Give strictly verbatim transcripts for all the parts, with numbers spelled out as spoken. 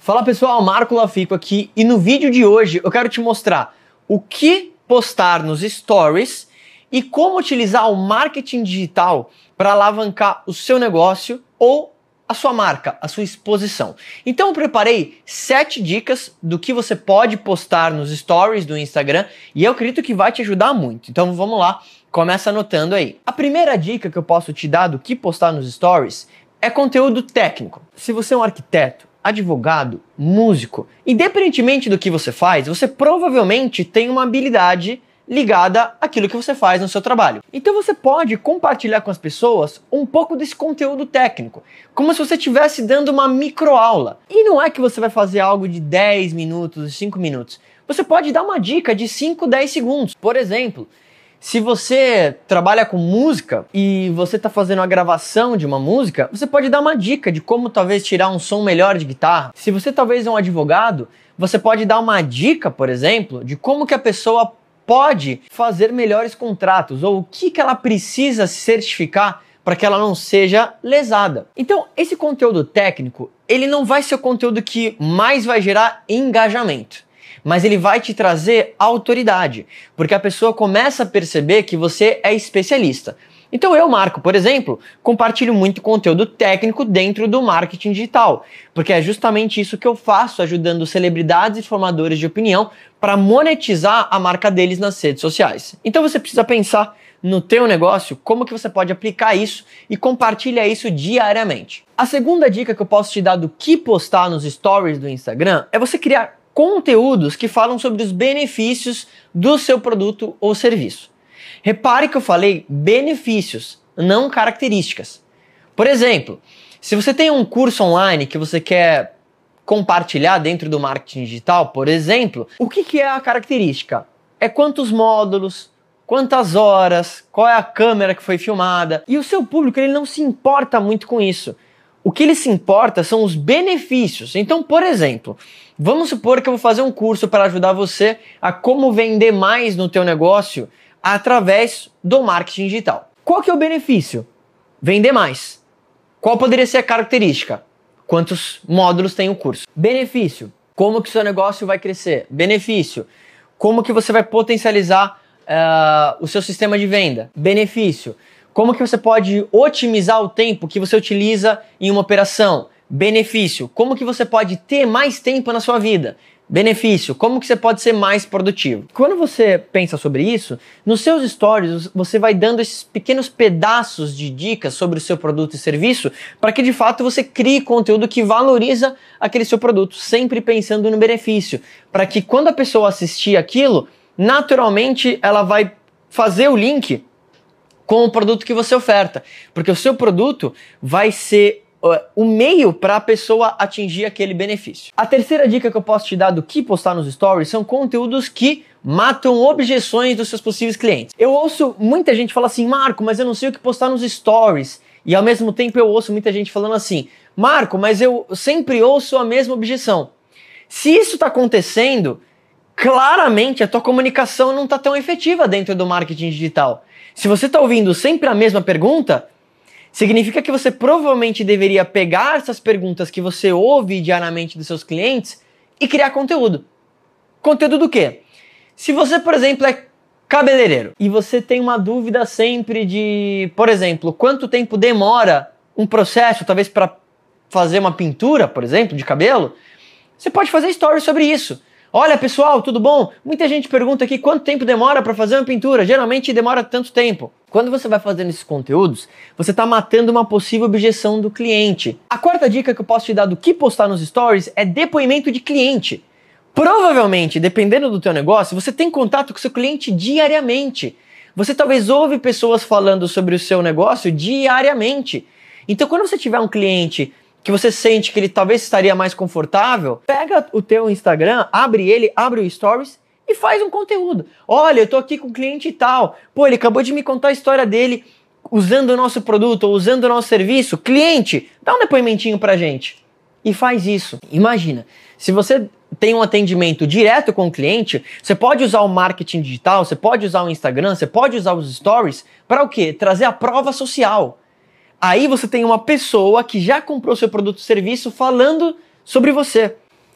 Fala pessoal, Marco Lafico aqui e no vídeo de hoje eu quero te mostrar o que postar nos stories e como utilizar o marketing digital para alavancar o seu negócio ou a sua marca, a sua exposição. Então eu preparei sete dicas do que você pode postar nos stories do Instagram e eu acredito que vai te ajudar muito. Então vamos lá, começa anotando aí. A primeira dica que eu posso te dar do que postar nos stories é conteúdo técnico. Se você é um arquiteto, advogado, músico, independentemente do que você faz, você provavelmente tem uma habilidade ligada àquilo que você faz no seu trabalho. Então você pode compartilhar com as pessoas um pouco desse conteúdo técnico, como se você estivesse dando uma microaula. E não é que você vai fazer algo de dez minutos, cinco minutos. Você pode dar uma dica de cinco, dez segundos. Por exemplo, se você trabalha com música e você está fazendo a gravação de uma música, você pode dar uma dica de como talvez tirar um som melhor de guitarra. Se você talvez é um advogado, você pode dar uma dica, por exemplo, de como que a pessoa pode fazer melhores contratos ou o que, que ela precisa se certificar para que ela não seja lesada. Então, esse conteúdo técnico, ele não vai ser o conteúdo que mais vai gerar engajamento, mas ele vai te trazer autoridade, porque a pessoa começa a perceber que você é especialista. Então eu, Marco, por exemplo, compartilho muito conteúdo técnico dentro do marketing digital, porque é justamente isso que eu faço, ajudando celebridades e formadores de opinião para monetizar a marca deles nas redes sociais. Então você precisa pensar no teu negócio, como que você pode aplicar isso e compartilhar isso diariamente. A segunda dica que eu posso te dar do que postar nos stories do Instagram é você criar conteúdos que falam sobre os benefícios do seu produto ou serviço. Repare que eu falei benefícios, não características. Por exemplo, se você tem um curso online que você quer compartilhar dentro do marketing digital, por exemplo, o que que é a característica? É quantos módulos, quantas horas, qual é a câmera que foi filmada. E o seu público ele não se importa muito com isso. O que ele se importa são os benefícios. Então, por exemplo, vamos supor que eu vou fazer um curso para ajudar você a como vender mais no teu negócio através do marketing digital. Qual que é o benefício? Vender mais. Qual poderia ser a característica? Quantos módulos tem o curso? Benefício. Como que o seu negócio vai crescer? Benefício. Como que você vai potencializar uh, o seu sistema de venda? Benefício. Como que você pode otimizar o tempo que você utiliza em uma operação? Benefício. Como que você pode ter mais tempo na sua vida? Benefício. Como que você pode ser mais produtivo? Quando você pensa sobre isso, nos seus stories você vai dando esses pequenos pedaços de dicas sobre o seu produto e serviço para que de fato você crie conteúdo que valoriza aquele seu produto, sempre pensando no benefício, para que quando a pessoa assistir aquilo, naturalmente ela vai fazer o link com o produto que você oferta, porque o seu produto vai ser uh, o meio para a pessoa atingir aquele benefício. A terceira dica que eu posso te dar do que postar nos stories são conteúdos que matam objeções dos seus possíveis clientes. Eu ouço muita gente falar assim, Marco, mas eu não sei o que postar nos stories, e ao mesmo tempo eu ouço muita gente falando assim, Marco, mas eu sempre ouço a mesma objeção. Se isso está acontecendo, claramente a tua comunicação não está tão efetiva dentro do marketing digital. Se você está ouvindo sempre a mesma pergunta, significa que você provavelmente deveria pegar essas perguntas que você ouve diariamente dos seus clientes e criar conteúdo. Conteúdo do quê? Se você, por exemplo, é cabeleireiro e você tem uma dúvida sempre de, por exemplo, quanto tempo demora um processo, talvez para fazer uma pintura, por exemplo, de cabelo, você pode fazer stories sobre isso. Olha pessoal, tudo bom? Muita gente pergunta aqui quanto tempo demora para fazer uma pintura. Geralmente demora tanto tempo. Quando você vai fazendo esses conteúdos, você está matando uma possível objeção do cliente. A quarta dica que eu posso te dar do que postar nos stories é depoimento de cliente. Provavelmente, dependendo do teu negócio, você tem contato com o seu cliente diariamente. Você talvez ouve pessoas falando sobre o seu negócio diariamente. Então quando você tiver um cliente que você sente que ele talvez estaria mais confortável, pega o teu Instagram, abre ele, abre o Stories e faz um conteúdo. Olha, eu tô aqui com um cliente tal, pô, ele acabou de me contar a história dele usando o nosso produto ou usando o nosso serviço. Cliente, dá um depoimentinho pra gente. E faz isso. Imagina, se você tem um atendimento direto com o cliente, você pode usar o marketing digital, você pode usar o Instagram, você pode usar os Stories para o quê? Trazer a prova social. Aí você tem uma pessoa que já comprou seu produto ou serviço falando sobre você.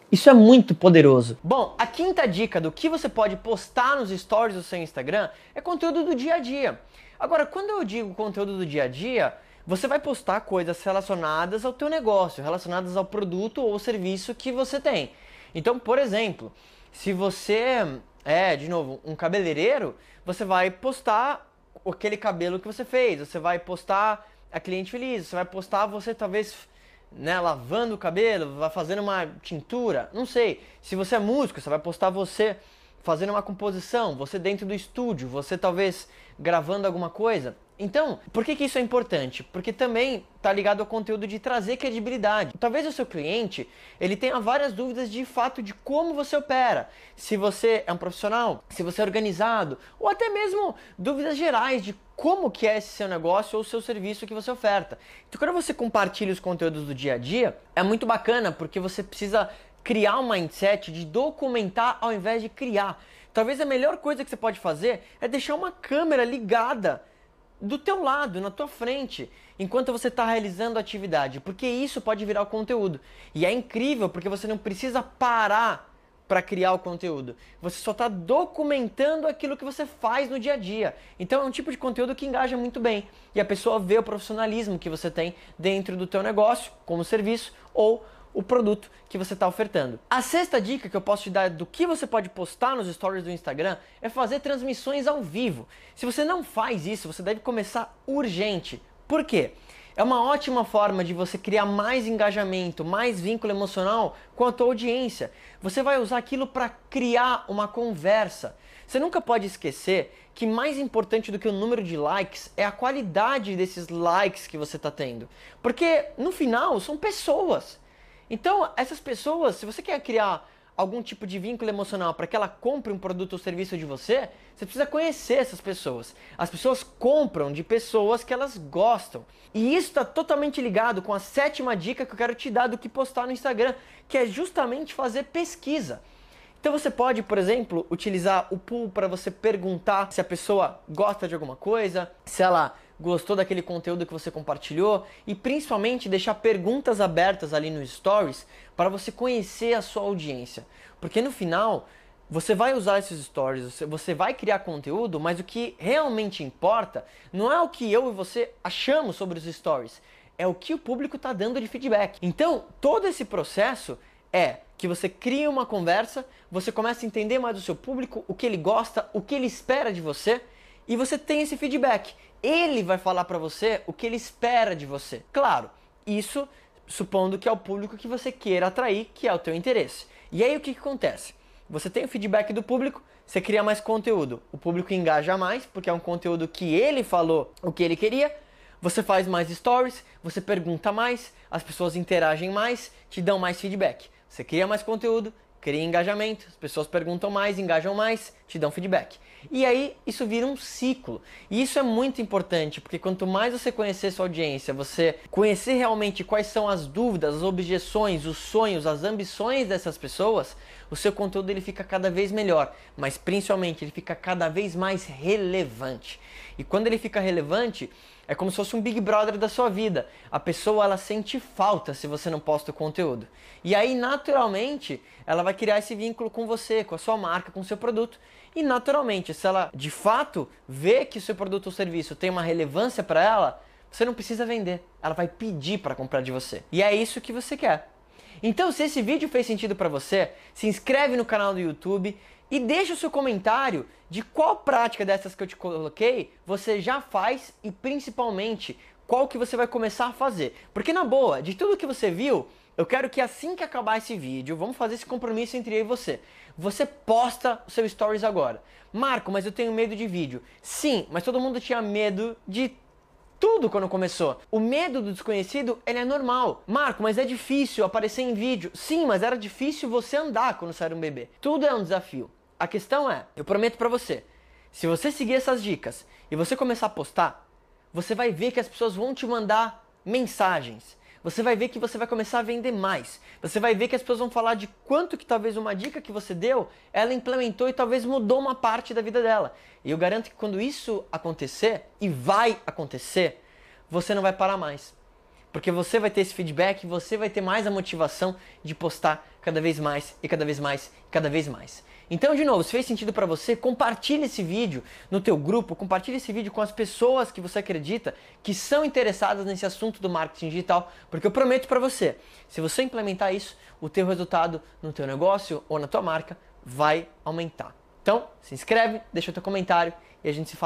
Isso é muito poderoso. Bom, a quinta dica do que você pode postar nos stories do seu Instagram é conteúdo do dia a dia. Agora, quando eu digo conteúdo do dia a dia, você vai postar coisas relacionadas ao teu negócio, relacionadas ao produto ou serviço que você tem. Então, por exemplo, se você é, de novo, um cabeleireiro, você vai postar aquele cabelo que você fez, você vai postar a cliente feliz, você vai postar você talvez, né, lavando o cabelo, vai fazendo uma tintura, não sei. Se você é músico, você vai postar você fazendo uma composição, você dentro do estúdio, você talvez gravando alguma coisa. Então, por que que isso é importante? Porque também está ligado ao conteúdo de trazer credibilidade. Talvez o seu cliente, ele tenha várias dúvidas de fato de como você opera. Se você é um profissional, se você é organizado, ou até mesmo dúvidas gerais de como que é esse seu negócio ou seu serviço que você oferta. Então, quando você compartilha os conteúdos do dia a dia, é muito bacana porque você precisa criar um mindset de documentar ao invés de criar. Talvez a melhor coisa que você pode fazer é deixar uma câmera ligada do teu lado, na tua frente, enquanto você está realizando a atividade, porque isso pode virar o conteúdo. E é incrível porque você não precisa parar para criar o conteúdo. Você só está documentando aquilo que você faz no dia a dia. Então é um tipo de conteúdo que engaja muito bem. E a pessoa vê o profissionalismo que você tem dentro do teu negócio, como serviço ou o produto que você está ofertando. A sexta dica que eu posso te dar do que você pode postar nos stories do Instagram é fazer transmissões ao vivo. Se você não faz isso, você deve começar urgente. Por quê? É uma ótima forma de você criar mais engajamento, mais vínculo emocional com a tua audiência. Você vai usar aquilo para criar uma conversa. Você nunca pode esquecer que mais importante do que o número de likes é a qualidade desses likes que você está tendo. Porque no final são pessoas. Então, essas pessoas, se você quer criar algum tipo de vínculo emocional para que ela compre um produto ou serviço de você, você precisa conhecer essas pessoas. As pessoas compram de pessoas que elas gostam. E isso está totalmente ligado com a sétima dica que eu quero te dar do que postar no Instagram, que é justamente fazer pesquisa. Então você pode, por exemplo, utilizar o pool para você perguntar se a pessoa gosta de alguma coisa, se ela gostou daquele conteúdo que você compartilhou e principalmente deixar perguntas abertas ali nos stories para você conhecer a sua audiência. Porque no final, você vai usar esses stories, você vai criar conteúdo, mas o que realmente importa não é o que eu e você achamos sobre os stories, é o que o público está dando de feedback. Então, todo esse processo é que você cria uma conversa, você começa a entender mais o seu público, o que ele gosta, o que ele espera de você, e você tem esse feedback. Ele vai falar para você o que ele espera de você. Claro, isso supondo que é o público que você queira atrair, que é o teu interesse. E aí o que, que acontece? Você tem o feedback do público, você cria mais conteúdo. O público engaja mais, porque é um conteúdo que ele falou o que ele queria. Você faz mais stories, você pergunta mais, as pessoas interagem mais, te dão mais feedback. Você cria mais conteúdo, cria engajamento, as pessoas perguntam mais, engajam mais, te dão feedback. E aí isso vira um ciclo. E isso é muito importante, porque quanto mais você conhecer sua audiência, você conhecer realmente quais são as dúvidas, as objeções, os sonhos, as ambições dessas pessoas, o seu conteúdo ele fica cada vez melhor, mas principalmente ele fica cada vez mais relevante. E quando ele fica relevante, é como se fosse um Big Brother da sua vida. A pessoa ela sente falta se você não posta o conteúdo. E aí, naturalmente, ela vai criar esse vínculo com você, com a sua marca, com o seu produto. E naturalmente, se ela de fato vê que o seu produto ou serviço tem uma relevância para ela, você não precisa vender. Ela vai pedir para comprar de você. E é isso que você quer. Então, se esse vídeo fez sentido para você, se inscreve no canal do YouTube e deixa o seu comentário de qual prática dessas que eu te coloquei você já faz e principalmente qual que você vai começar a fazer. Porque na boa, de tudo que você viu, eu quero que assim que acabar esse vídeo, vamos fazer esse compromisso entre eu e você. Você posta o seu stories agora. Marco, mas eu tenho medo de vídeo. Sim, mas todo mundo tinha medo de tudo quando começou. O medo do desconhecido, ele é normal. Marco, mas é difícil aparecer em vídeo. Sim, mas era difícil você andar quando você era um bebê. Tudo é um desafio. A questão é, eu prometo pra você, se você seguir essas dicas e você começar a postar, você vai ver que as pessoas vão te mandar mensagens. Você vai ver que você vai começar a vender mais. Você vai ver que as pessoas vão falar de quanto que talvez uma dica que você deu, ela implementou e talvez mudou uma parte da vida dela. E eu garanto que quando isso acontecer, e vai acontecer, você não vai parar mais. porque você vai ter esse feedback, você vai ter mais a motivação de postar cada vez mais e cada vez mais e cada vez mais. Então, de novo, se fez sentido para você, compartilhe esse vídeo no teu grupo, compartilhe esse vídeo com as pessoas que você acredita que são interessadas nesse assunto do marketing digital, porque eu prometo para você, se você implementar isso, o teu resultado no teu negócio ou na tua marca vai aumentar. Então, se inscreve, deixa o teu comentário e a gente se fala.